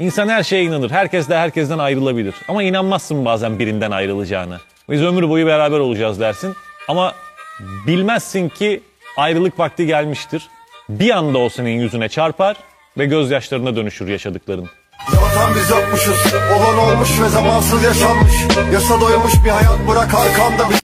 İnsan her şeye inanır. Herkes de herkesten ayrılabilir. Ama inanmazsın bazen birinden ayrılacağını. Biz ömür boyu beraber olacağız dersin. Ama bilmezsin ki ayrılık vakti gelmiştir. Bir anda o senin yüzüne çarpar ve gözyaşlarına dönüşür yaşadıkların. Yaratan biz yokmuşuz. Olan olmuş ve zamansız yaşanmış. Yasa doymuş bir hayat bırak arkanda.